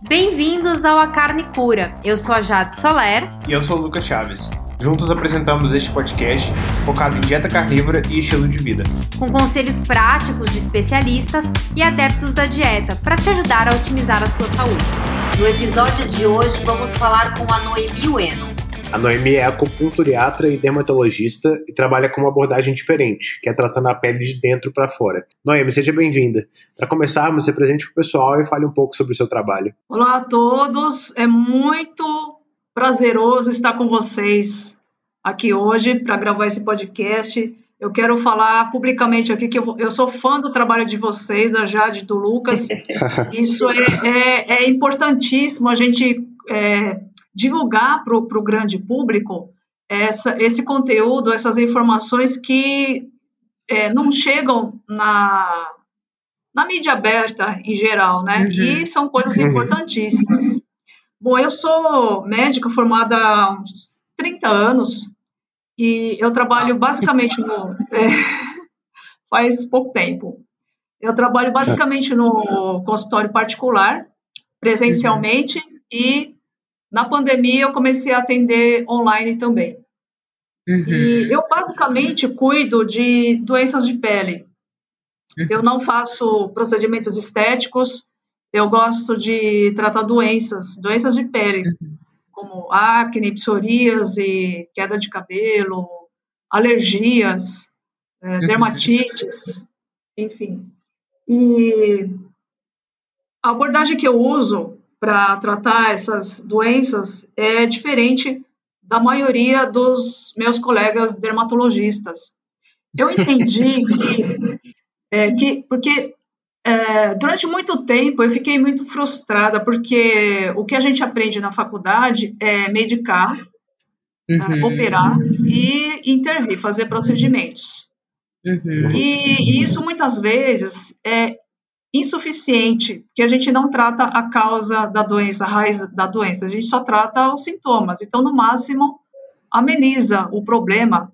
Bem-vindos ao A Carne Cura. Eu sou a Jade Soler. E eu sou o Lucas Chaves. Juntos apresentamos este podcast focado em dieta carnívora e estilo de vida, com conselhos práticos de especialistas e adeptos da dieta para te ajudar a otimizar a sua saúde. No episódio de hoje vamos falar com a Noemi Ueno. A Noemi é acupunturiatra e dermatologista e trabalha com uma abordagem diferente, que é tratando a pele de dentro para fora. Noemi, seja bem-vinda. Para começarmos, se apresente para o pessoal e fale um pouco sobre o seu trabalho. Olá a todos, é muito prazeroso estar com vocês aqui hoje para gravar esse podcast. Eu quero falar publicamente aqui que eu sou fã do trabalho de vocês, da Jade e do Lucas. Isso é importantíssimo a gente divulgar para o grande público esse conteúdo, essas informações que não chegam na mídia aberta em geral, né? Uhum. E são coisas importantíssimas. Bom, eu sou médica formada há uns 30 anos e eu trabalho basicamente faz pouco tempo. Eu trabalho basicamente no consultório particular, presencialmente, e na pandemia eu comecei a atender online também. E eu basicamente cuido de doenças de pele. Eu não faço procedimentos estéticos, eu gosto de tratar doenças de pele, como acne, psoríase, queda de cabelo, alergias, dermatites, enfim. E a abordagem que eu uso para tratar essas doenças é diferente da maioria dos meus colegas dermatologistas. Eu entendi porque durante muito tempo eu fiquei muito frustrada, porque o que a gente aprende na faculdade é medicar, operar e intervir, fazer procedimentos. E isso muitas vezes é insuficiente, porque a gente não trata a causa da doença, a raiz da doença, a gente só trata os sintomas. Então, no máximo, ameniza o problema.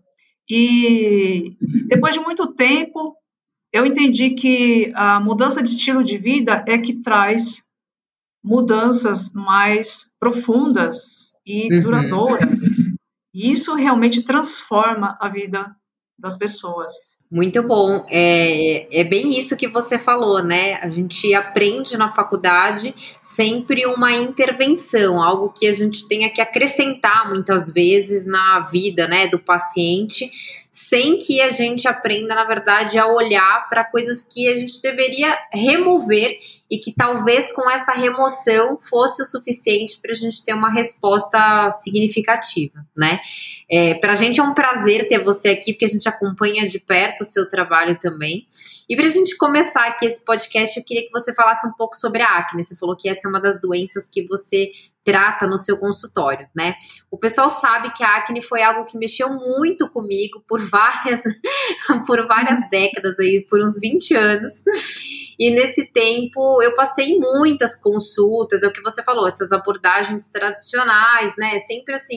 E depois de muito tempo, eu entendi que a mudança de estilo de vida é que traz mudanças mais profundas e duradouras. E isso realmente transforma a vida das pessoas. Muito bom. É bem isso que você falou, né? A gente aprende na faculdade sempre uma intervenção, algo que a gente tenha que acrescentar muitas vezes na vida, né, do paciente, sem que a gente aprenda, na verdade, a olhar para coisas que a gente deveria remover e que talvez com essa remoção fosse o suficiente para a gente ter uma resposta significativa, né? Para a gente é um prazer ter você aqui, porque a gente acompanha de perto o seu trabalho também. E para a gente começar aqui esse podcast, eu queria que você falasse um pouco sobre a acne. Você falou que essa é uma das doenças que você trata no seu consultório, né? O pessoal sabe que a acne foi algo que mexeu muito comigo por várias décadas, aí, por uns 20 anos. E nesse tempo eu passei muitas consultas, é o que você falou, essas abordagens tradicionais, né? Sempre assim,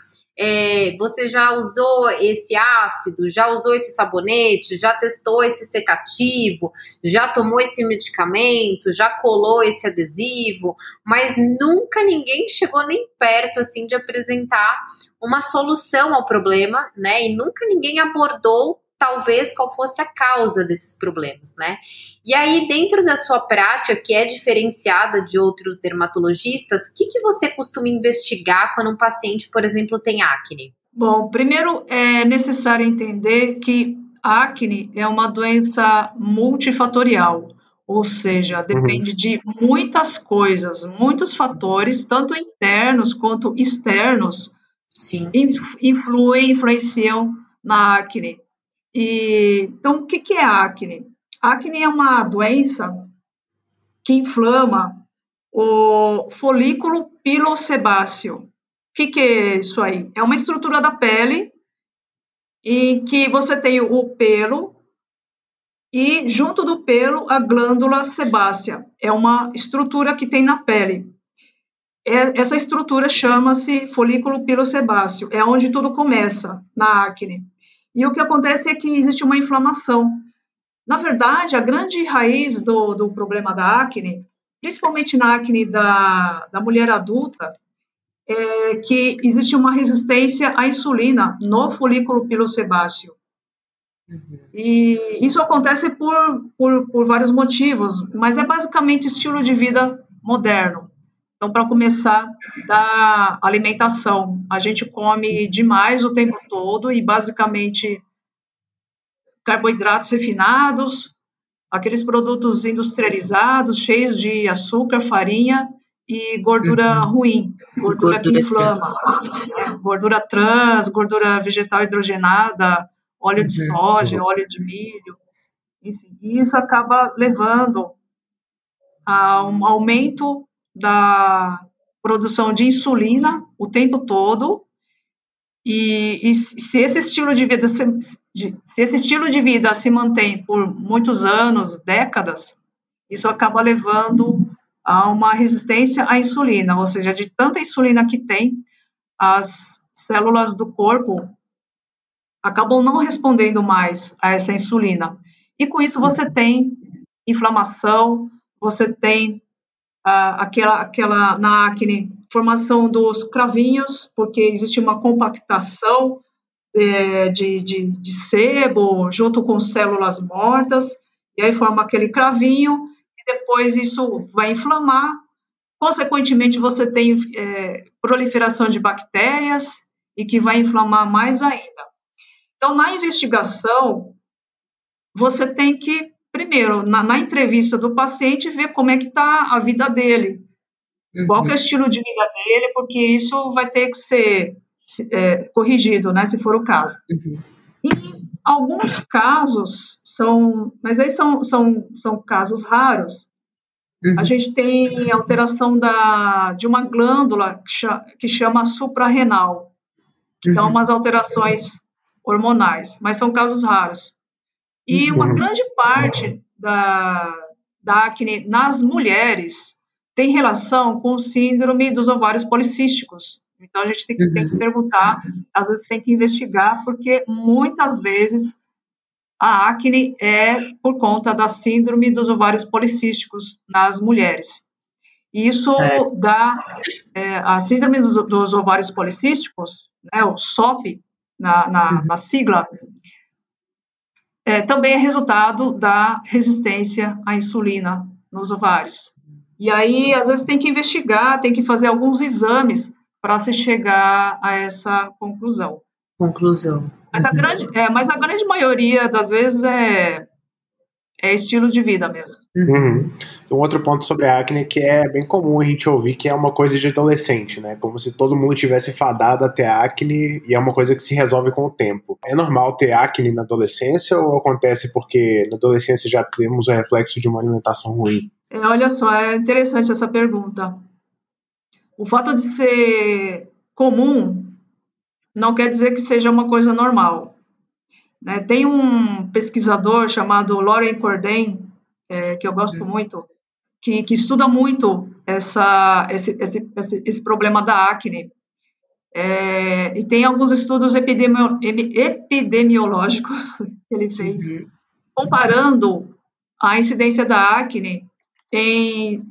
você já usou esse ácido, já usou esse sabonete, já testou esse secativo, já tomou esse medicamento, já colou esse adesivo, mas nunca ninguém chegou nem perto assim de apresentar uma solução ao problema, né? E nunca ninguém abordou talvez qual fosse a causa desses problemas, né? E aí, dentro da sua prática, que é diferenciada de outros dermatologistas, o que você costuma investigar quando um paciente, por exemplo, tem acne? Bom, primeiro é necessário entender que a acne é uma doença multifatorial, ou seja, depende de muitas coisas, muitos fatores, tanto internos quanto externos, influenciam na acne. Então, o que é a acne? A acne é uma doença que inflama o folículo pilosebáceo. O que é isso aí? É uma estrutura da pele em que você tem o pelo e, junto do pelo, a glândula sebácea. É uma estrutura que tem na pele. Essa estrutura chama-se folículo pilosebáceo. É onde tudo começa, na acne. E o que acontece é que existe uma inflamação. Na verdade, a grande raiz do problema da acne principalmente na acne da mulher adulta, é que existe uma resistência à insulina no folículo pilosebáceo. E isso acontece por vários motivos, mas é basicamente estilo de vida moderno. Então, para começar, da alimentação. A gente come demais o tempo todo e, basicamente, carboidratos refinados, aqueles produtos industrializados, cheios de açúcar, farinha e gordura ruim, gordura que inflama, gordura trans, gordura vegetal hidrogenada, óleo de soja, óleo de milho, enfim, e isso acaba levando a um aumento da produção de insulina o tempo todo, e se esse estilo de vida se mantém por muitos anos, décadas, isso acaba levando a uma resistência à insulina, ou seja, de tanta insulina que tem, as células do corpo acabam não respondendo mais a essa insulina. E com isso você tem inflamação, você tem aquela na acne, formação dos cravinhos, porque existe uma compactação de sebo junto com células mortas, e aí forma aquele cravinho, e depois isso vai inflamar. Consequentemente, você tem proliferação de bactérias e que vai inflamar mais ainda. Então, na investigação, você tem que, primeiro, na entrevista do paciente, ver como é que está a vida dele, qual que é o estilo de vida dele, porque isso vai ter que ser corrigido, né, se for o caso. Em alguns casos, mas aí são casos raros, a gente tem alteração de uma glândula que chama suprarrenal, que dá umas alterações hormonais, mas são casos raros. E uma grande parte da acne nas mulheres tem relação com síndrome dos ovários policísticos. Então, a gente tem que perguntar, às vezes tem que investigar, porque muitas vezes a acne é por conta da síndrome dos ovários policísticos nas mulheres. E isso dá a síndrome dos ovários policísticos, né, o SOP, na sigla, também é resultado da resistência à insulina nos ovários. E aí, às vezes, tem que investigar, tem que fazer alguns exames para se chegar a essa conclusão. Mas a grande maioria das vezes é estilo de vida mesmo. Um outro ponto sobre a acne que é bem comum a gente ouvir, que é uma coisa de adolescente, né? Como se todo mundo tivesse fadado a ter acne, e é uma coisa que se resolve com o tempo. É normal ter acne na adolescência ou acontece porque na adolescência já temos o reflexo de uma alimentação ruim? Olha só, é interessante essa pergunta. O fato de ser comum não quer dizer que seja uma coisa normal. Né? Tem um pesquisador chamado Loren Cordain, que eu gosto muito, que estuda muito esse problema da acne. E tem alguns estudos epidemiológicos que ele fez, comparando a incidência da acne em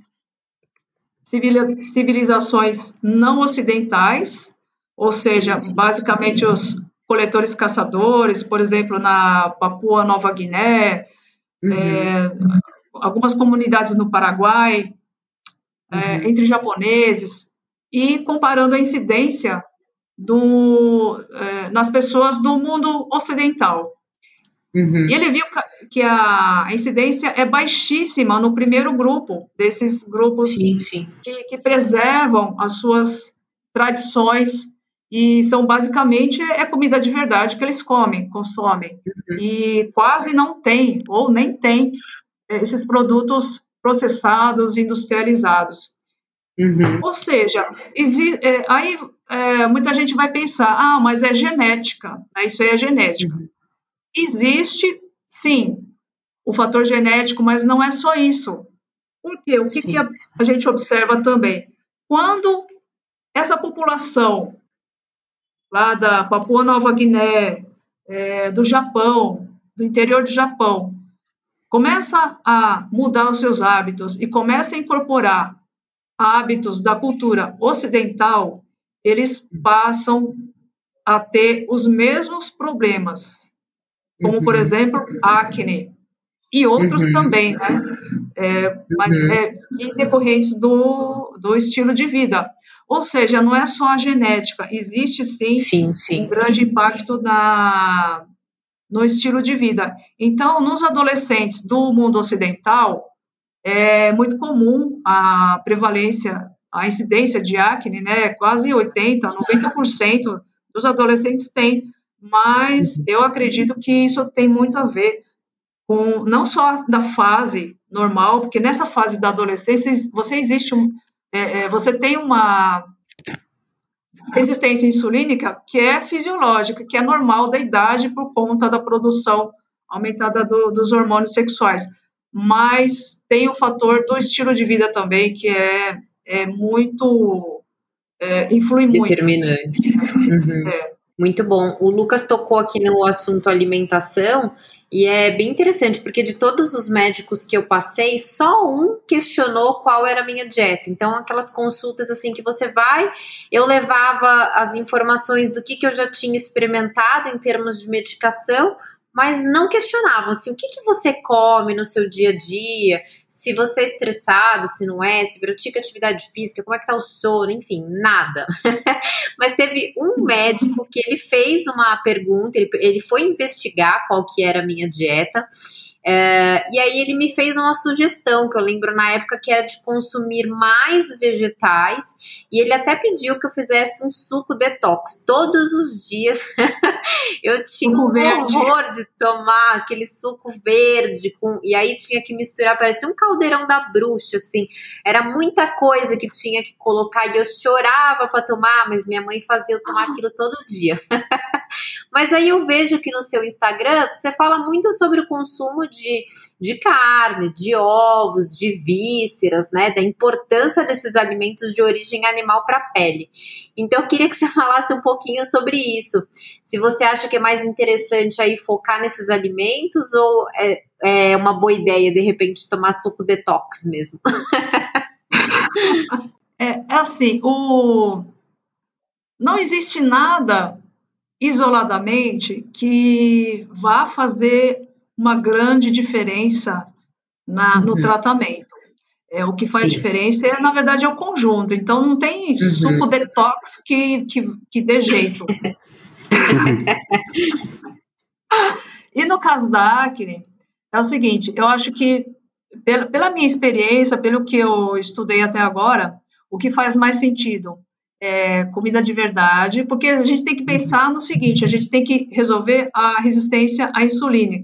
civilizações não ocidentais, ou seja, basicamente os coletores caçadores, por exemplo, na Papua Nova Guiné, algumas comunidades no Paraguai, entre japoneses, e comparando a incidência nas pessoas do mundo ocidental. E ele viu que a incidência é baixíssima no primeiro grupo, desses grupos que preservam as suas tradições e são basicamente comida de verdade que eles consomem. E quase não tem, ou nem tem, esses produtos processados, industrializados. Ou seja, aí muita gente vai pensar, mas é genética, né? Isso aí é genética. Existe, sim, o fator genético, mas não é só isso. Por quê? O que a gente observa também? Quando essa população lá da Papua Nova Guiné, do Japão, do interior do Japão, começa a mudar os seus hábitos e começa a incorporar hábitos da cultura ocidental, eles passam a ter os mesmos problemas, como, por exemplo, acne, e outros também, né? Mas decorrentes do estilo de vida. Ou seja, não é só a genética, existe sim. Um grande impacto no estilo de vida. Então, nos adolescentes do mundo ocidental, é muito comum a prevalência, a incidência de acne, né? Quase 80%, 90% dos adolescentes têm, mas eu acredito que isso tem muito a ver com não só da fase normal, porque nessa fase da adolescência você tem uma resistência insulínica que é fisiológica, que é normal da idade por conta da produção aumentada dos hormônios sexuais. Mas tem o fator do estilo de vida também, que influi muito. Determinante. Muito bom. O Lucas tocou aqui no assunto alimentação e é bem interessante, porque de todos os médicos que eu passei, só um questionou qual era a minha dieta. Então, aquelas consultas assim que você vai, eu levava as informações do que eu já tinha experimentado em termos de medicação, mas não questionavam assim, o que você come no seu dia a dia, se você é estressado, se não é, se pratica atividade física, como é que tá o sono, enfim, nada. Mas teve um médico que ele fez uma pergunta, ele foi investigar qual que era a minha dieta, e aí ele me fez uma sugestão, que eu lembro na época que era de consumir mais vegetais, e ele até pediu que eu fizesse um suco detox todos os dias. Eu tinha um horror de tomar aquele suco verde, e aí tinha que misturar, parecia um caldeirão da bruxa, assim, era muita coisa que tinha que colocar, e eu chorava para tomar, mas minha mãe fazia eu tomar aquilo todo dia. Mas aí eu vejo que no seu Instagram você fala muito sobre o consumo de carne, de ovos, de vísceras, né, da importância desses alimentos de origem animal para a pele. Então eu queria que você falasse um pouquinho sobre isso. Se você acha que é mais interessante aí focar nesses alimentos ou é uma boa ideia, de repente, tomar suco detox mesmo? Assim, não existe nada isoladamente que vá fazer uma grande diferença no tratamento. O que faz diferença, na verdade, é o conjunto. Então, não tem suco detox que dê jeito. E no caso da acne, é o seguinte, eu acho que, pela minha experiência, pelo que eu estudei até agora, o que faz mais sentido é comida de verdade, porque a gente tem que pensar no seguinte, a gente tem que resolver a resistência à insulina,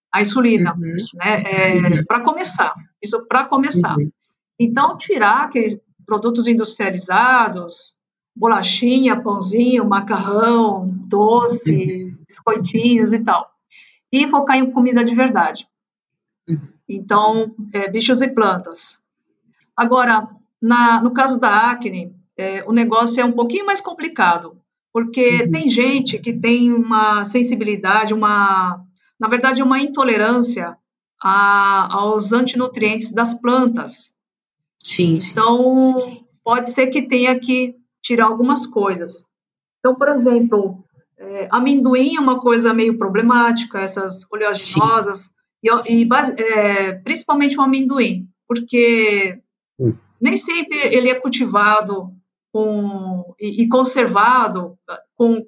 né, para começar, isso para começar. Então, tirar aqueles produtos industrializados, bolachinha, pãozinho, macarrão, doce, biscoitinhos e tal, e focar em comida de verdade. Então, bichos e plantas. Agora, no caso da acne, o negócio é um pouquinho mais complicado, porque tem gente que tem uma sensibilidade, na verdade, uma intolerância aos antinutrientes das plantas. Sim. Então, pode ser que tenha que tirar algumas coisas. Então, por exemplo, amendoim é uma coisa meio problemática, essas oleaginosas, principalmente o amendoim, porque nem sempre ele é cultivado e conservado com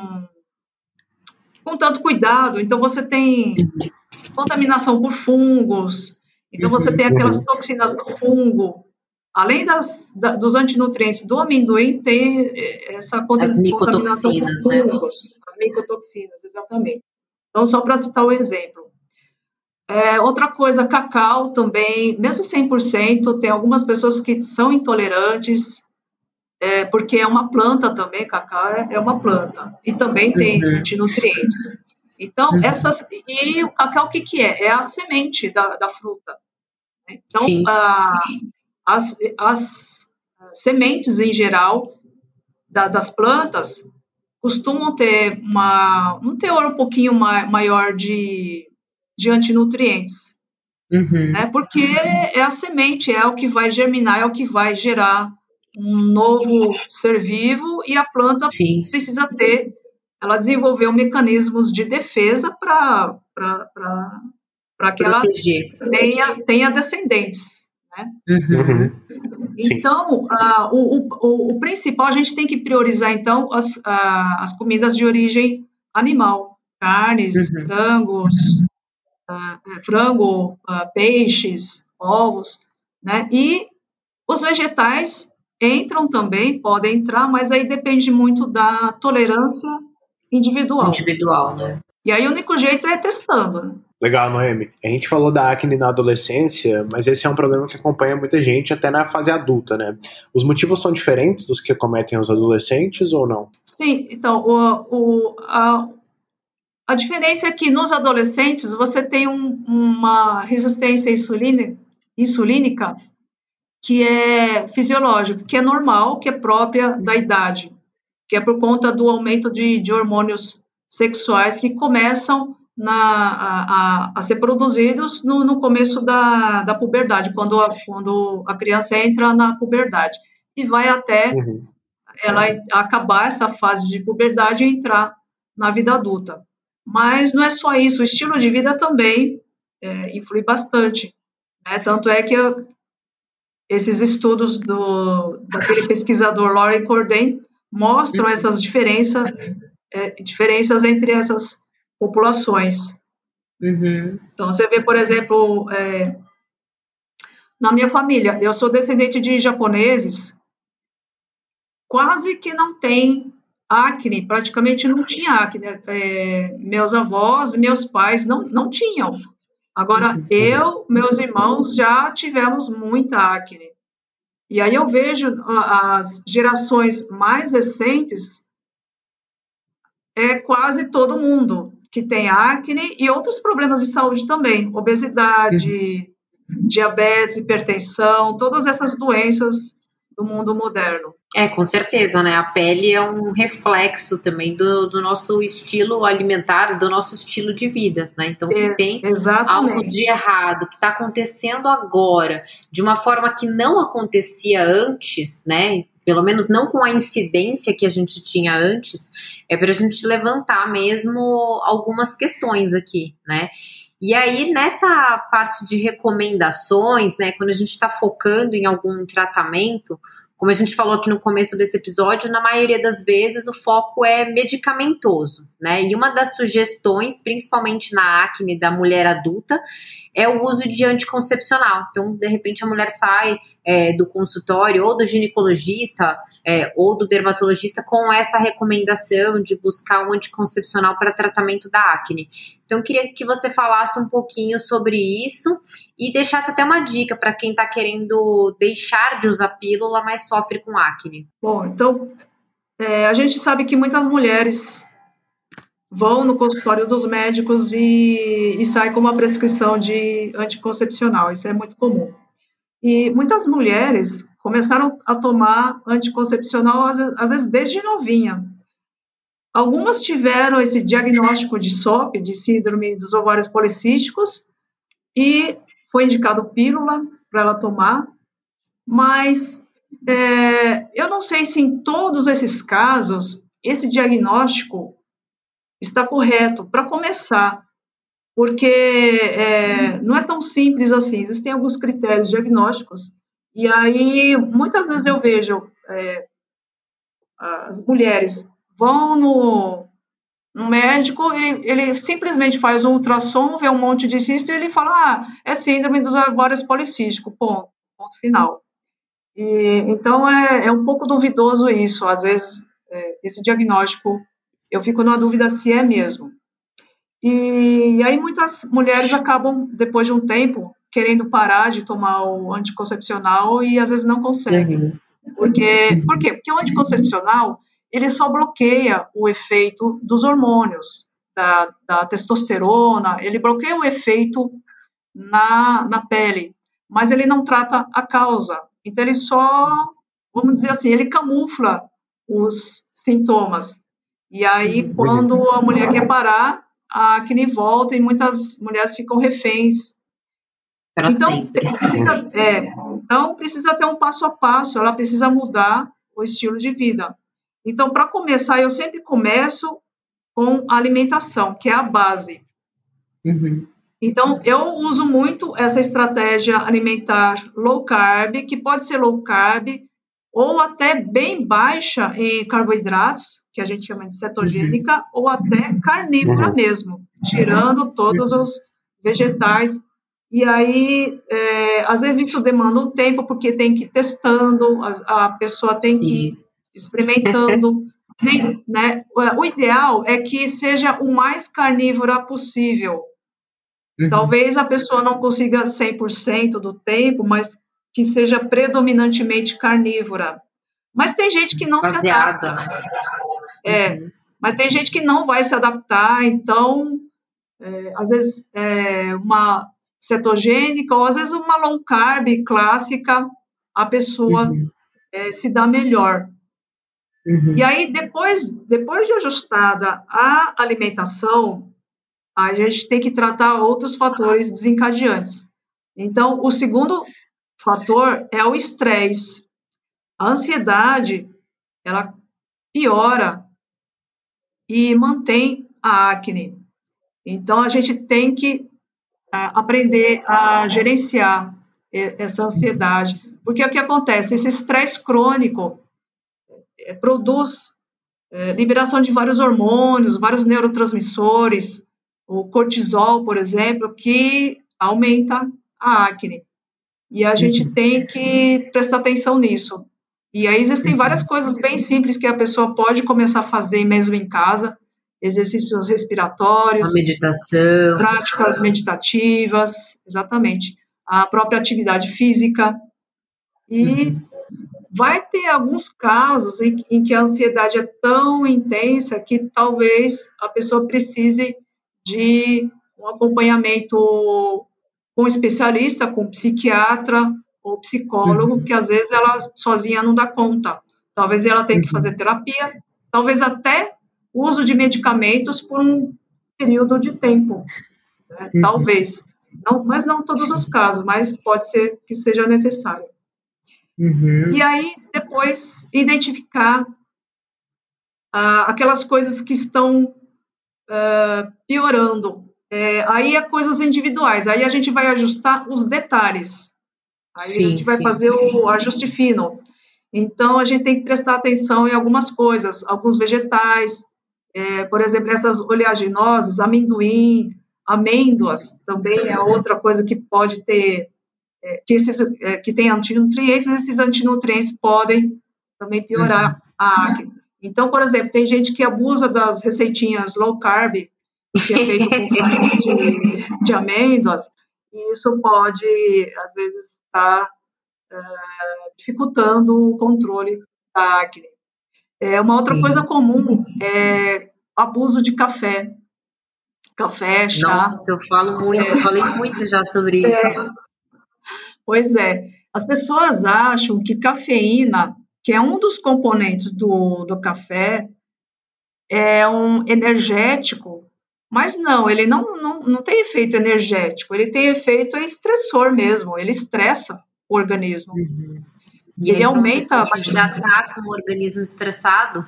tanto cuidado. Então, você tem contaminação por fungos, então você tem aquelas toxinas do fungo. Além dos antinutrientes do amendoim, tem essa contaminação por fungos, as micotoxinas, exatamente. Então, só para citar o exemplo. Outra coisa, cacau também, mesmo 100%, tem algumas pessoas que são intolerantes, porque é uma planta também, cacau é uma planta, e também tem antinutrientes. Então, e o cacau, o que é? É a semente da fruta. Então, as sementes, em geral, das plantas, costumam ter um teor um pouquinho maior de antinutrientes. né? Porque é a semente, é o que vai germinar, é o que vai gerar um novo ser vivo e a planta Sim. precisa ter, ela desenvolveu mecanismos de defesa para que proteger. ela tenha descendentes, né? Então, o principal, a gente tem que priorizar, então, as comidas de origem animal, carnes, frango, peixes, ovos, né? E os vegetais entram também, podem entrar, mas aí depende muito da tolerância individual. Individual, né? E aí o único jeito é testando, né? Legal, Noemi. A gente falou da acne na adolescência, mas esse é um problema que acompanha muita gente até na fase adulta, né? Os motivos são diferentes dos que acometem os adolescentes ou não? Sim, então, a diferença é que nos adolescentes você tem uma resistência insulínica que é fisiológica, que é normal, que é própria da idade, que é por conta do aumento de hormônios sexuais que começam a ser produzidos no começo da puberdade, quando a criança entra na puberdade, e vai até ela acabar essa fase de puberdade e entrar na vida adulta. Mas não é só isso, o estilo de vida também influi bastante, né? Tanto é que esses estudos daquele pesquisador Lauren Corday mostram essas diferenças entre essas populações. Então, você vê, por exemplo, na minha família, eu sou descendente de japoneses, quase que não tem acne, praticamente não tinha acne. Meus avós, meus pais não tinham. Agora, meus irmãos já tivemos muita acne. E aí eu vejo as gerações mais recentes, quase todo mundo que tem acne e outros problemas de saúde também, obesidade, diabetes, hipertensão, todas essas doenças do mundo moderno. Com certeza, né? A pele é um reflexo também do nosso estilo alimentar, do nosso estilo de vida, né? Então, se tem algo de errado que está acontecendo agora, de uma forma que não acontecia antes, né? Pelo menos não com a incidência que a gente tinha antes, é para a gente levantar mesmo algumas questões aqui, né? E aí, nessa parte de recomendações, né? Quando a gente está focando em algum tratamento, como a gente falou aqui no começo desse episódio, na maioria das vezes o foco é medicamentoso, né? E uma das sugestões, principalmente na acne da mulher adulta, é o uso de anticoncepcional. Então, de repente, a mulher sai do consultório ou do ginecologista ou do dermatologista com essa recomendação de buscar um anticoncepcional para tratamento da acne. Então, eu queria que você falasse um pouquinho sobre isso e deixasse até uma dica para quem está querendo deixar de usar pílula, mas sofre com acne. Bom, então, a gente sabe que muitas mulheres vão no consultório dos médicos e saem com uma prescrição de anticoncepcional, isso é muito comum. E muitas mulheres começaram a tomar anticoncepcional, às vezes, desde novinha. Algumas tiveram esse diagnóstico de SOP, de síndrome dos ovários policísticos, e foi indicado pílula para ela tomar, mas eu não sei se em todos esses casos esse diagnóstico está correto, para começar, porque não é tão simples assim, existem alguns critérios diagnósticos, e aí muitas vezes eu vejo as mulheres vão no médico, ele simplesmente faz um ultrassom, vê um monte de cisto e ele fala, é síndrome dos ovários policísticos, ponto final. Então, é um pouco duvidoso isso, às vezes, esse diagnóstico, eu fico na dúvida se é mesmo. E aí muitas mulheres acabam, depois de um tempo, querendo parar de tomar o anticoncepcional e às vezes não conseguem. Por quê? Porque o anticoncepcional, ele só bloqueia o efeito dos hormônios, da testosterona, ele bloqueia o efeito na pele, mas ele não trata a causa. Então, ele só, vamos dizer assim, ele camufla os sintomas. E aí, quando a mulher quer parar, a acne volta e muitas mulheres ficam reféns Para Então, sempre. precisa ter um passo a passo, ela precisa mudar o estilo de vida. Então, para começar, eu sempre começo com a alimentação, que é a base. Uhum. Então, eu uso muito essa estratégia alimentar low carb, que pode ser low carb, ou até bem baixa em carboidratos, que a gente chama de cetogênica, ou até carnívora mesmo, tirando todos os vegetais. E aí, às vezes isso demanda um tempo, porque tem que ir testando, a pessoa tem que ir experimentando, né? O ideal é que seja o mais carnívora possível. Talvez a pessoa não consiga 100% do tempo, mas que seja predominantemente carnívora. Mas tem gente que não se adapta. Né? Mas tem gente que não vai se adaptar, então, às vezes, uma cetogênica, ou às vezes uma low carb clássica, a pessoa se dá melhor. E aí, depois de ajustada a alimentação, a gente tem que tratar outros fatores desencadeantes. Então, o segundo fator é o estresse. A ansiedade, ela piora e mantém a acne. Então, a gente tem que aprender a gerenciar essa ansiedade. Porque o que acontece? Esse estresse crônico produz liberação de vários hormônios, vários neurotransmissores, o cortisol, por exemplo, que aumenta a acne. E a gente tem que prestar atenção nisso. E aí existem várias coisas bem simples que a pessoa pode começar a fazer mesmo em casa, exercícios respiratórios, a meditação, práticas meditativas, exatamente, a própria atividade física. E vai ter alguns casos em que a ansiedade é tão intensa que talvez a pessoa precise de um acompanhamento com um especialista, com um psiquiatra ou psicólogo, que às vezes ela sozinha não dá conta. Talvez ela tenha que fazer terapia, talvez até uso de medicamentos por um período de tempo, né? Talvez. Não, mas não todos os casos, mas pode ser que seja necessário. E aí, depois, identificar aquelas coisas que estão piorando. Aí é coisas individuais, aí a gente vai ajustar os detalhes. Aí a gente vai fazer o ajuste fino. Então, a gente tem que prestar atenção em algumas coisas, alguns vegetais, por exemplo, essas oleaginosas, amendoim, amêndoas, também é outra coisa que pode ter, que tem antinutrientes, esses antinutrientes podem também piorar a acne. Então, por exemplo, tem gente que abusa das receitinhas low carb, que é feito com farinha de amêndoas, e isso pode, às vezes, estar dificultando o controle da acne. Uma outra coisa comum é abuso de café. Café, chá. Nossa, eu falo muito, falei muito já sobre isso. Pois é. As pessoas acham que cafeína, que é um dos componentes do café, é um energético, mas não, ele não tem efeito energético, ele tem efeito estressor mesmo, ele estressa o organismo. E ele aumenta a que já está com o organismo estressado.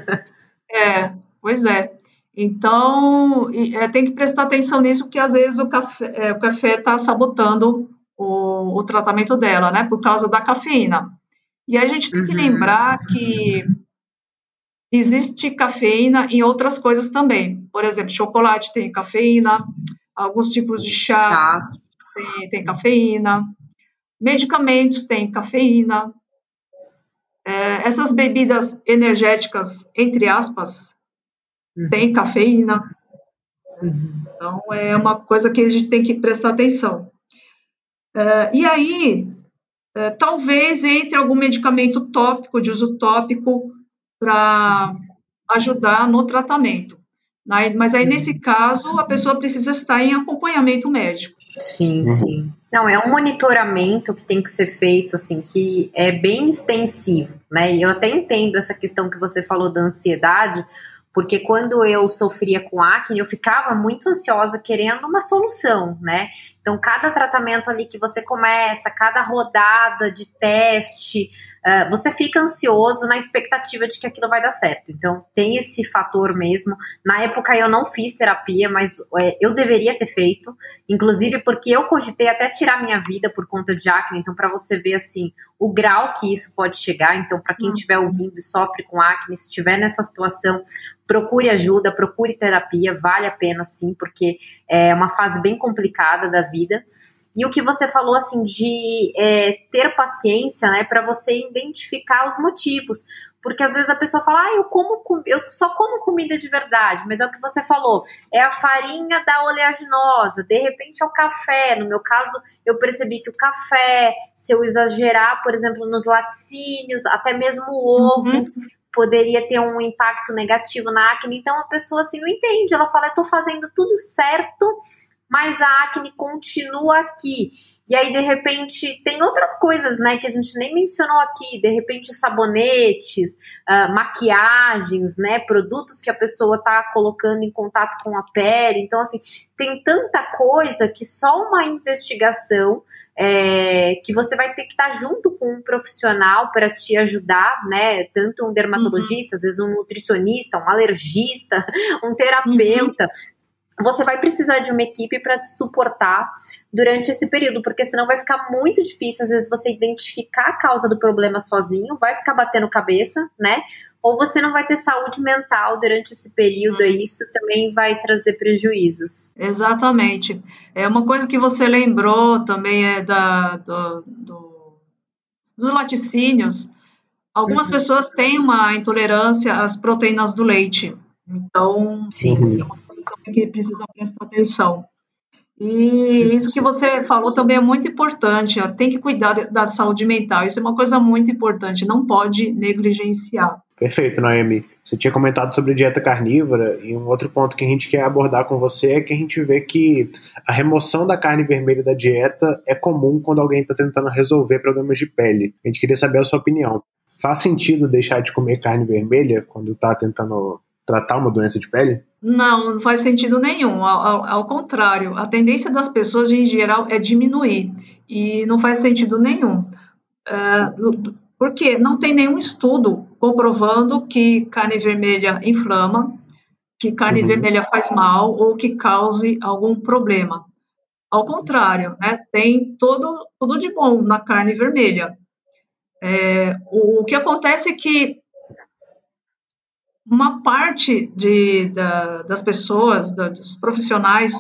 Pois é. Então, tem que prestar atenção nisso, porque às vezes o café está sabotando o tratamento dela, né, por causa da cafeína. E a gente tem que lembrar que existe cafeína em outras coisas também. Por exemplo, chocolate tem cafeína, alguns tipos de chá tem cafeína, medicamentos têm cafeína, essas bebidas energéticas, entre aspas, têm cafeína. Então, é uma coisa que a gente tem que prestar atenção. E aí, talvez entre algum medicamento tópico, de uso tópico, para ajudar no tratamento. Mas aí, nesse caso, a pessoa precisa estar em acompanhamento médico. Sim, sim. Não, é um monitoramento que tem que ser feito, assim, que é bem extensivo, né? E eu até entendo essa questão que você falou da ansiedade, porque quando eu sofria com acne, eu ficava muito ansiosa querendo uma solução, né? Então, cada tratamento ali que você começa, cada rodada de teste, você fica ansioso na expectativa de que aquilo vai dar certo. Então, tem esse fator mesmo. Na época, eu não fiz terapia, mas eu deveria ter feito, inclusive porque eu cogitei até tirar minha vida por conta de acne. Então, para você ver, assim, o grau que isso pode chegar. Então, para quem estiver ouvindo e sofre com acne, se estiver nessa situação, procure ajuda, procure terapia, vale a pena sim, porque é uma fase bem complicada da vida. E o que você falou, assim, de ter paciência, né, para você identificar os motivos, porque às vezes a pessoa fala, eu só como comida de verdade, mas é o que você falou, é a farinha da oleaginosa, de repente é o café. No meu caso, eu percebi que o café, se eu exagerar, por exemplo, nos laticínios, até mesmo o ovo, poderia ter um impacto negativo na acne. Então a pessoa assim não entende, ela fala, eu tô fazendo tudo certo, mas a acne continua aqui. E aí, de repente, tem outras coisas, né, que a gente nem mencionou aqui, de repente sabonetes, maquiagens, né, produtos que a pessoa tá colocando em contato com a pele. Então, assim, tem tanta coisa que só uma investigação que você vai ter que estar junto com um profissional para te ajudar, né, tanto um dermatologista, às vezes um nutricionista, um alergista, um terapeuta. Você vai precisar de uma equipe para te suportar durante esse período, porque senão vai ficar muito difícil, às vezes, você identificar a causa do problema sozinho, vai ficar batendo cabeça, né? Ou você não vai ter saúde mental durante esse período, e isso também vai trazer prejuízos. Exatamente. Uma coisa que você lembrou também dos laticínios. Algumas pessoas têm uma intolerância às proteínas do leite. Então, isso é uma coisa também que precisa prestar atenção. E isso que você falou também é muito importante, tem que cuidar da saúde mental, isso é uma coisa muito importante, não pode negligenciar. Perfeito, Noemi. Você tinha comentado sobre dieta carnívora, e um outro ponto que a gente quer abordar com você é que a gente vê que a remoção da carne vermelha da dieta é comum quando alguém está tentando resolver problemas de pele. A gente queria saber a sua opinião. Faz sentido deixar de comer carne vermelha quando está tentando tratar uma doença de pele? Não faz sentido nenhum. Ao contrário, a tendência das pessoas em geral é diminuir, e não faz sentido nenhum. Porque não tem nenhum estudo comprovando que carne vermelha inflama, que carne vermelha faz mal ou que cause algum problema. Ao contrário, né, tem tudo de bom na carne vermelha. O que acontece é que uma parte das pessoas, dos profissionais,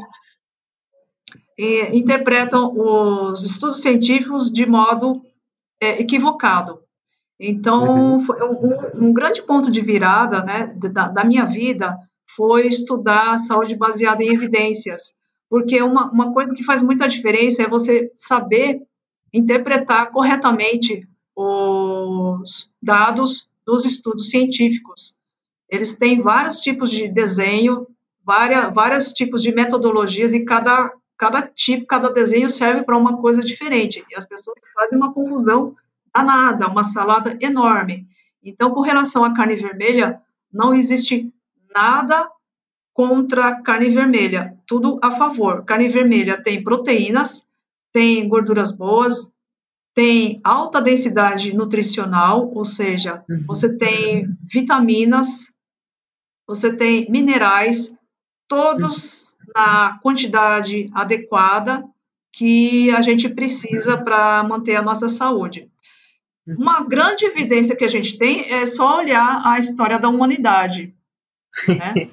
interpretam os estudos científicos de modo equivocado. Então, foi um grande ponto de virada, né, da minha vida foi estudar saúde baseada em evidências, porque uma coisa que faz muita diferença é você saber interpretar corretamente os dados dos estudos científicos. Eles têm vários tipos de desenho, vários tipos de metodologias, e cada desenho serve para uma coisa diferente. E as pessoas fazem uma confusão danada, uma salada enorme. Então, com relação à carne vermelha, não existe nada contra a carne vermelha, tudo a favor. Carne vermelha tem proteínas, tem gorduras boas, tem alta densidade nutricional, ou seja, você tem vitaminas, você tem minerais, todos na quantidade adequada que a gente precisa para manter a nossa saúde. Uma grande evidência que a gente tem é só olhar a história da humanidade, né?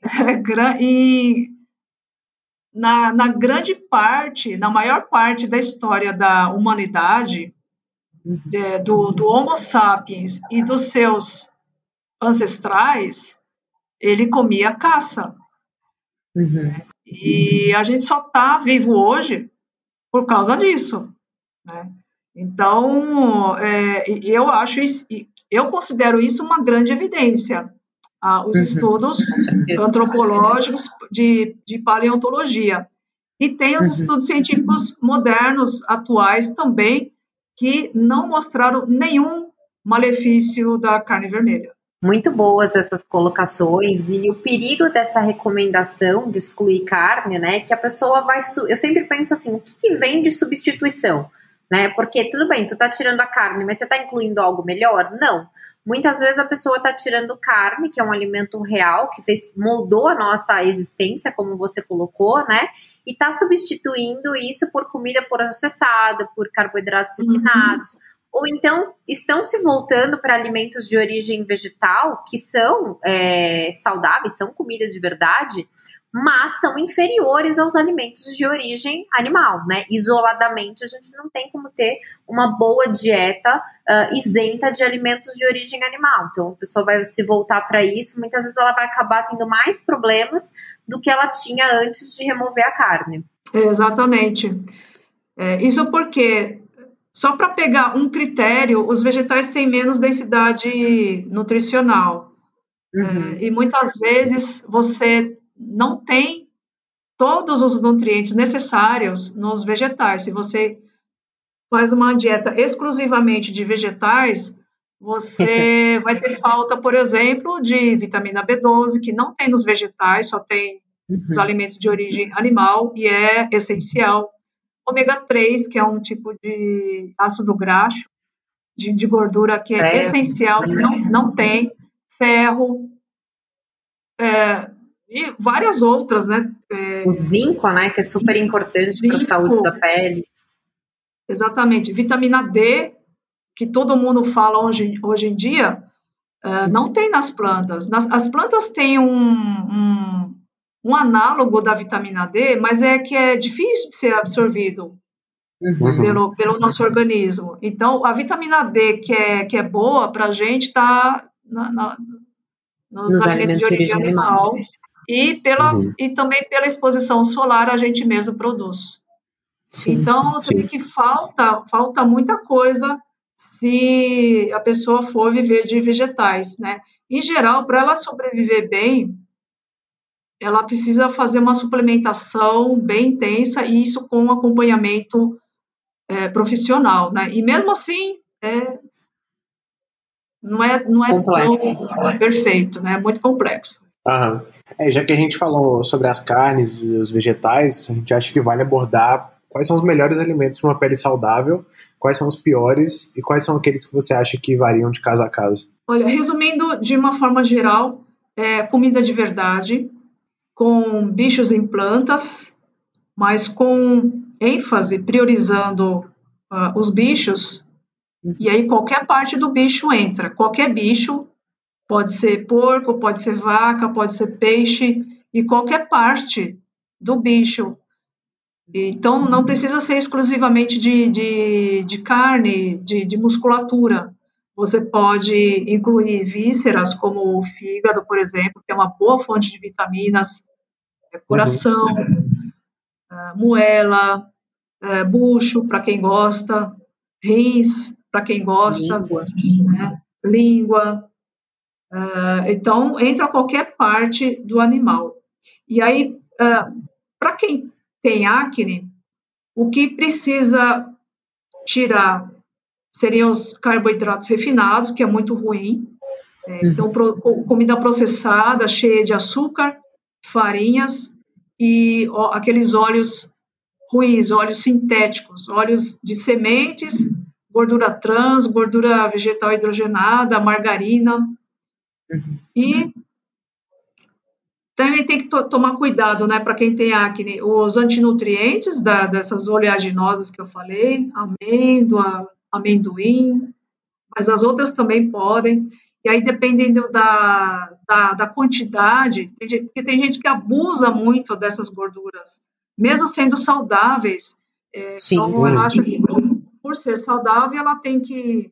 E na grande parte, na maior parte da história da humanidade, do Homo sapiens e dos seus ancestrais, ele comia caça. E a gente só está vivo hoje por causa disso, né? Então, eu considero isso uma grande evidência. Os estudos antropológicos de paleontologia. E tem os estudos científicos modernos, atuais também, que não mostraram nenhum malefício da carne vermelha. Muito boas essas colocações, e o perigo dessa recomendação de excluir carne, né, que a pessoa vai... Eu sempre penso assim, o que vem de substituição? Né? Porque tudo bem, tu tá tirando a carne, mas você tá incluindo algo melhor? Não. Muitas vezes a pessoa tá tirando carne, que é um alimento real, que moldou a nossa existência, como você colocou, né? E tá substituindo isso por comida processada, por carboidratos refinados. Ou então estão se voltando para alimentos de origem vegetal, que são saudáveis, são comida de verdade, mas são inferiores aos alimentos de origem animal, né? Isoladamente, a gente não tem como ter uma boa dieta isenta de alimentos de origem animal. Então, a pessoa vai se voltar para isso, muitas vezes ela vai acabar tendo mais problemas do que ela tinha antes de remover a carne. Exatamente. Isso porque, só para pegar um critério, os vegetais têm menos densidade nutricional. E muitas vezes você não tem todos os nutrientes necessários nos vegetais. Se você faz uma dieta exclusivamente de vegetais, você vai ter falta, por exemplo, de vitamina B12, que não tem nos vegetais, só tem nos alimentos de origem animal, e é essencial. Ômega 3, que é um tipo de ácido graxo, de gordura que é essencial, não tem. Ferro, e várias outras, né? O zinco, né, que é super importante para a saúde da pele. Exatamente. Vitamina D, que todo mundo fala hoje em dia, não tem nas plantas. As plantas têm um análogo da vitamina D, mas que é difícil de ser absorvido pelo nosso organismo. Então, a vitamina D, que é boa para a gente, está nos alimentos de origem animal. E também pela exposição solar a gente mesmo produz. Então, você vê que falta muita coisa se a pessoa for viver de vegetais, né? Em geral, para ela sobreviver bem, ela precisa fazer uma suplementação bem intensa, e isso com um acompanhamento profissional, né? E mesmo assim, não é tão perfeito, né? É muito complexo. Já que a gente falou sobre as carnes e os vegetais, a gente acha que vale abordar quais são os melhores alimentos para uma pele saudável, quais são os piores e quais são aqueles que você acha que variam de caso a caso. Olha, resumindo de uma forma geral, comida de verdade, com bichos em plantas, mas com ênfase, priorizando os bichos, e aí qualquer parte do bicho entra, qualquer bicho. Pode ser porco, pode ser vaca, pode ser peixe, e qualquer parte do bicho. Então, não precisa ser exclusivamente de carne, de musculatura. Você pode incluir vísceras, como o fígado, por exemplo, que é uma boa fonte de vitaminas, coração, moela, bucho, para quem gosta, rins, para quem gosta, língua. Então, entra qualquer parte do animal. E aí, para quem tem acne, o que precisa tirar seriam os carboidratos refinados, que é muito ruim. Então, comida processada, cheia de açúcar, farinhas e aqueles óleos ruins, óleos sintéticos, óleos de sementes, gordura trans, gordura vegetal hidrogenada, margarina. E também tem que tomar cuidado, né, para quem tem acne, os antinutrientes dessas oleaginosas que eu falei, amêndoa, amendoim, mas as outras também podem. E aí, dependendo da quantidade, porque tem gente que abusa muito dessas gorduras, mesmo sendo saudáveis. Então, eu acho que, por ser saudável, ela tem que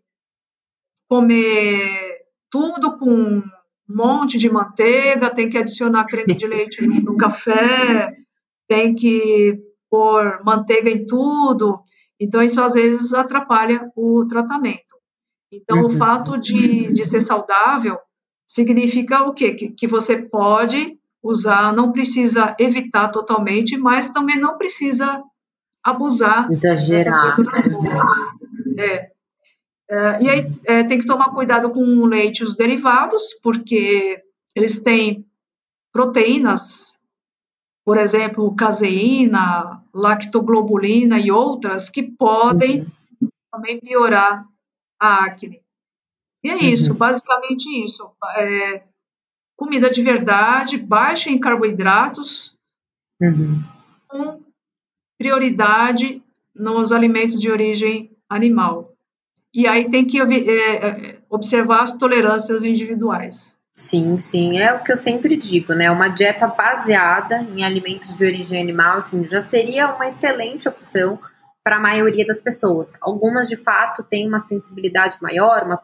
comer tudo com um monte de manteiga, tem que adicionar creme de leite no café, tem que pôr manteiga em tudo. Então, isso às vezes atrapalha o tratamento. Então, o fato de ser saudável significa o quê? Que você pode usar, não precisa evitar totalmente, mas também não precisa abusar. Exagerar. E aí tem que tomar cuidado com o leite e os derivados, porque eles têm proteínas, por exemplo, caseína, lactoglobulina e outras, que podem também piorar a acne. E é isso, basicamente isso. Comida de verdade, baixa em carboidratos, com prioridade nos alimentos de origem animal. E aí tem que observar as tolerâncias individuais. Sim, sim, é o que eu sempre digo, né? Uma dieta baseada em alimentos de origem animal, assim, já seria uma excelente opção para a maioria das pessoas. Algumas, de fato, têm uma sensibilidade maior, uma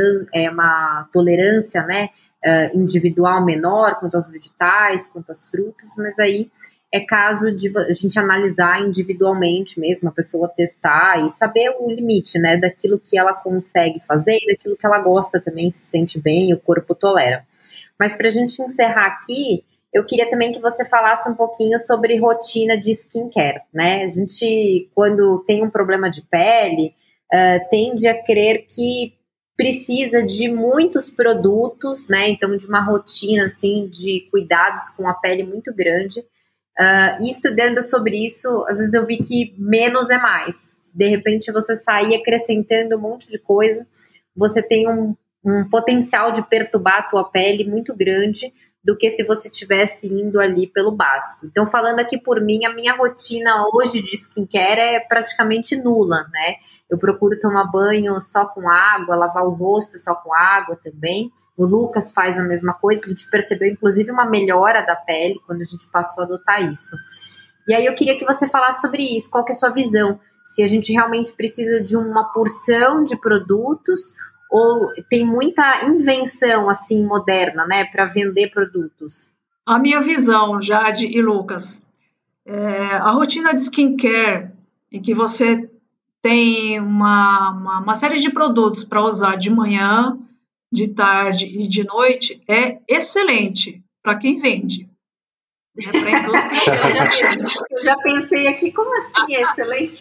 tolerância, né, individual menor quanto aos vegetais, quanto às frutas, mas aí é caso de a gente analisar individualmente mesmo, a pessoa testar e saber o limite, né, daquilo que ela consegue fazer e daquilo que ela gosta também, se sente bem, o corpo tolera. Mas para a gente encerrar aqui, eu queria também que você falasse um pouquinho sobre rotina de skincare, né? A gente, quando tem um problema de pele, tende a crer que precisa de muitos produtos, né? Então, de uma rotina, assim, de cuidados com a pele muito grande. E estudando sobre isso, às vezes eu vi que menos é mais. De repente, você sair acrescentando um monte de coisa, você tem um potencial de perturbar a tua pele muito grande do que se você estivesse indo ali pelo básico. Então, falando aqui por mim, a minha rotina hoje de skincare é praticamente nula, né? Eu procuro tomar banho só com água, lavar o rosto só com água também. O Lucas faz a mesma coisa, a gente percebeu inclusive uma melhora da pele quando a gente passou a adotar isso. E aí eu queria que você falasse sobre isso, qual que é a sua visão? Se a gente realmente precisa de uma porção de produtos ou tem muita invenção assim moderna, né, para vender produtos? A minha visão, Jade e Lucas, a rotina de skincare em que você tem uma série de produtos para usar de manhã, de tarde e de noite é excelente para quem vende. Para a indústria. Eu já pensei aqui, como assim excelente?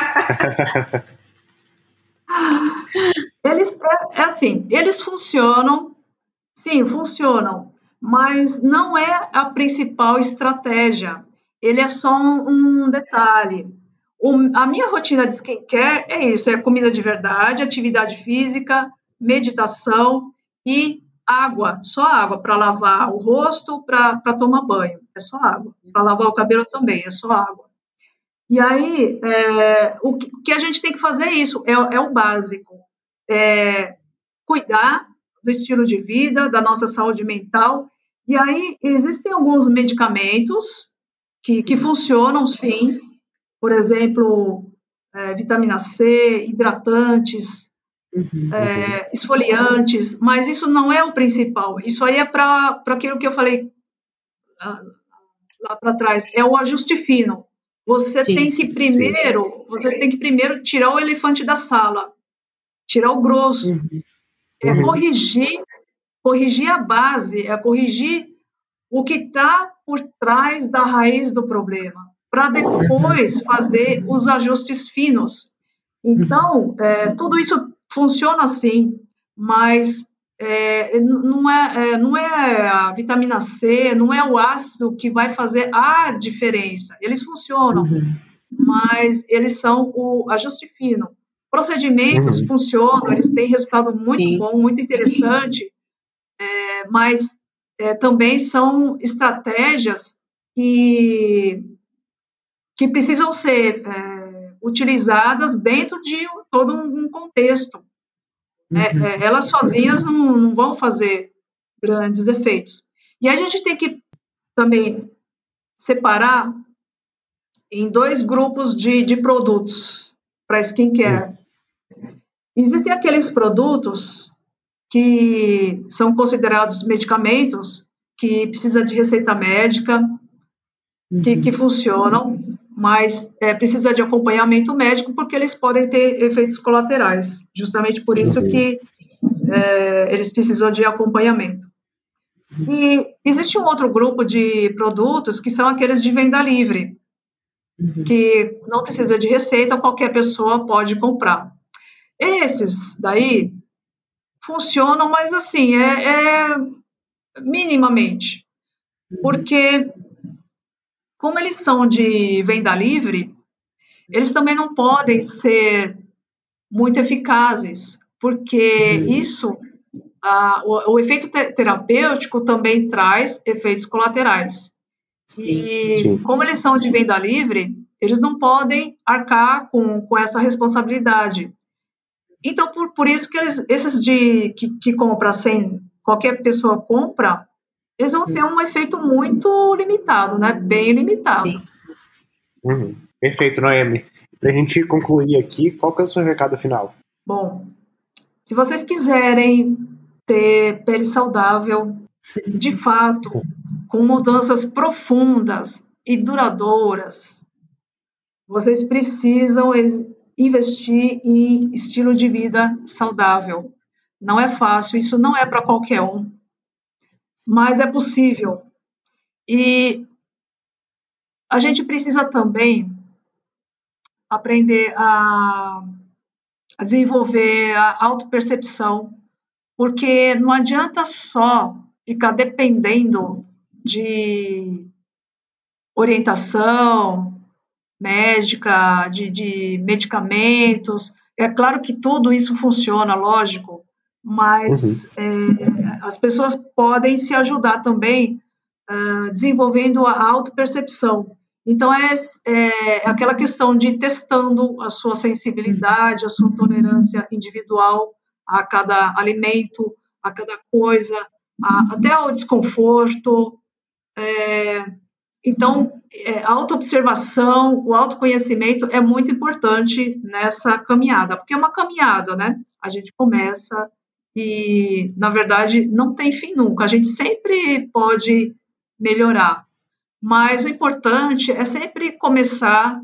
Eles funcionam, sim, funcionam, mas não é a principal estratégia. Ele é só um detalhe. A minha rotina de skincare é isso, é comida de verdade, atividade física, meditação e água, só água para lavar o rosto, para tomar banho, é só água. Para lavar o cabelo também, é só água. E aí, o que a gente tem que fazer é isso, é o básico. Cuidar do estilo de vida, da nossa saúde mental. E aí, existem alguns medicamentos que funcionam, sim. Por exemplo, vitamina C, hidratantes, esfoliantes, mas isso não é o principal. Isso aí é para aquilo que eu falei lá para trás, é o ajuste fino. Você tem que primeiro tirar o elefante da sala, tirar o grosso, corrigir a base, corrigir o que está por trás da raiz do problema, para depois fazer os ajustes finos. Então, tudo isso funciona assim, mas não é a vitamina C, não é o ácido que vai fazer a diferença. Eles funcionam, mas eles são o ajuste fino. Procedimentos funcionam, eles têm resultado muito bom, muito interessante, mas também são estratégias que precisam ser utilizadas dentro de todo um contexto. Elas sozinhas não vão fazer grandes efeitos. E a gente tem que também separar em 2 grupos de produtos para skincare. Existem aqueles produtos que são considerados medicamentos, que precisa de receita médica, que funcionam, mas precisa de acompanhamento médico, porque eles podem ter efeitos colaterais. Justamente por isso que eles precisam de acompanhamento. E existe um outro grupo de produtos que são aqueles de venda livre, que não precisa de receita, qualquer pessoa pode comprar. Esses daí funcionam, mas assim, minimamente. Porque, como eles são de venda livre, eles também não podem ser muito eficazes, porque isso, o efeito terapêutico também traz efeitos colaterais. E como eles são de venda livre, eles não podem arcar com essa responsabilidade. Então, por isso que esses que compra sem qualquer pessoa compra, eles vão ter um efeito muito limitado, né? Bem limitado. Sim. Perfeito, Noemi. Para a gente concluir aqui, qual que é o seu recado final? Bom, se vocês quiserem ter pele saudável, de fato, com mudanças profundas e duradouras, vocês precisam investir em estilo de vida saudável. Não é fácil, isso não é para qualquer um, mas é possível. E a gente precisa também aprender a desenvolver a autopercepção, porque não adianta só ficar dependendo de orientação médica, de medicamentos. É claro que tudo isso funciona, lógico, mas as pessoas podem se ajudar também desenvolvendo a autopercepção. Então, é aquela questão de testando a sua sensibilidade, a sua tolerância individual a cada alimento, a cada coisa, até ao desconforto. Então, a autoobservação, o autoconhecimento é muito importante nessa caminhada, porque é uma caminhada, né? A gente começa e, na verdade, não tem fim nunca. A gente sempre pode melhorar, mas o importante é sempre começar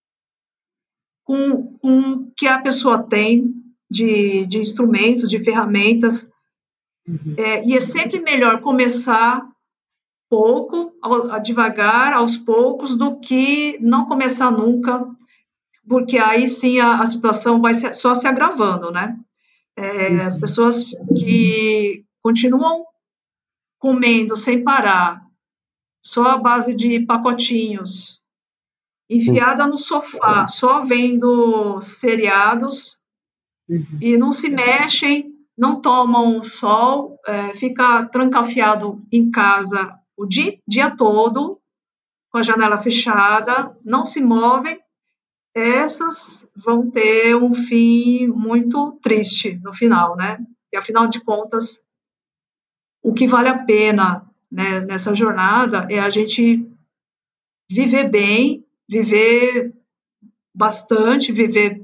com o que a pessoa tem de instrumentos, de ferramentas, e é sempre melhor começar pouco, devagar, aos poucos, do que não começar nunca, porque aí sim a situação vai só se agravando, né? As pessoas que continuam comendo sem parar, só à base de pacotinhos, enfiada no sofá, só vendo seriados, e não se mexem, não tomam sol, fica trancafiado em casa o dia todo, com a janela fechada, não se movem, essas vão ter um fim muito triste no final, né? E, afinal de contas, o que vale a pena, né, nessa jornada é a gente viver bem, viver bastante, viver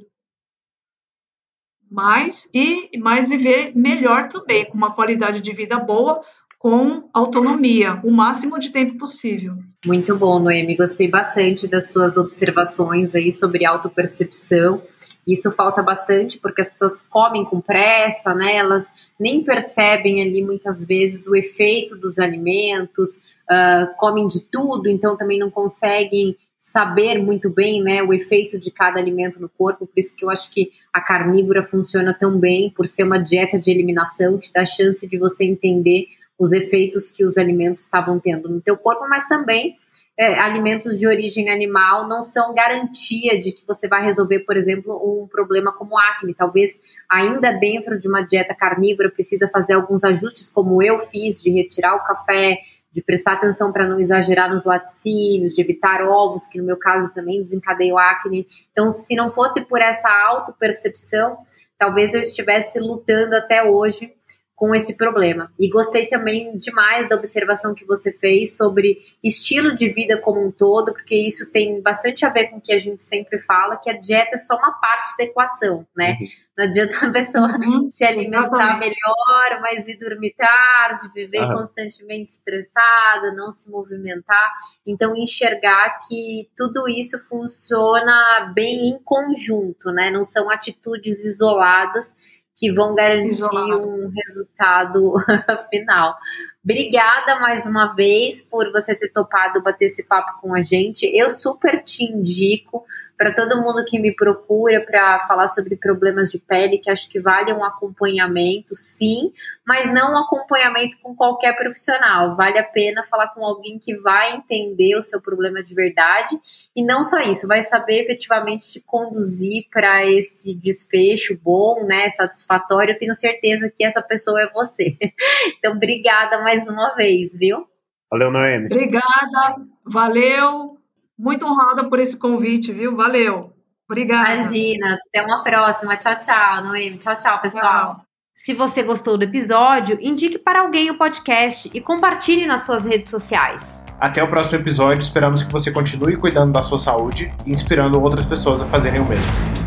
mais e mais viver melhor também, com uma qualidade de vida boa, com autonomia, o máximo de tempo possível. Muito bom, Noemi. Gostei bastante das suas observações aí sobre autopercepção. Isso falta bastante porque as pessoas comem com pressa, né? Elas nem percebem ali muitas vezes o efeito dos alimentos, comem de tudo, então também não conseguem saber muito bem, né, o efeito de cada alimento no corpo. Por isso que eu acho que a carnívora funciona tão bem, por ser uma dieta de eliminação, te dá a chance de você entender os efeitos que os alimentos estavam tendo no teu corpo, mas também alimentos de origem animal não são garantia de que você vai resolver, por exemplo, um problema como acne. Talvez ainda dentro de uma dieta carnívora precisa fazer alguns ajustes, como eu fiz, de retirar o café, de prestar atenção para não exagerar nos laticínios, de evitar ovos, que no meu caso também desencadeiam acne. Então, se não fosse por essa autopercepção, talvez eu estivesse lutando até hoje com esse problema. E gostei também demais da observação que você fez sobre estilo de vida como um todo, porque isso tem bastante a ver com o que a gente sempre fala, que a dieta é só uma parte da equação, né? Não adianta a pessoa se alimentar melhor, mas ir dormir tarde, viver constantemente estressada, não se movimentar. Então, enxergar que tudo isso funciona bem em conjunto, né? Não são atitudes isoladas que vão garantir um resultado final. Obrigada mais uma vez por você ter topado bater esse papo com a gente. Eu super te indico para todo mundo que me procura para falar sobre problemas de pele, que acho que vale um acompanhamento, sim, mas não um acompanhamento com qualquer profissional. Vale a pena falar com alguém que vai entender o seu problema de verdade e não só isso, vai saber efetivamente te conduzir para esse desfecho bom, né, satisfatório. Eu tenho certeza que essa pessoa é você. Então, obrigada mais uma vez, viu? Valeu, Noemi. Obrigada, valeu. Muito honrada por esse convite, viu? Valeu. Obrigada. Imagina, até uma próxima. Tchau, tchau, Noemi. Tchau, tchau, pessoal. Tchau. Se você gostou do episódio, indique para alguém o podcast e compartilhe nas suas redes sociais. Até o próximo episódio, esperamos que você continue cuidando da sua saúde e inspirando outras pessoas a fazerem o mesmo.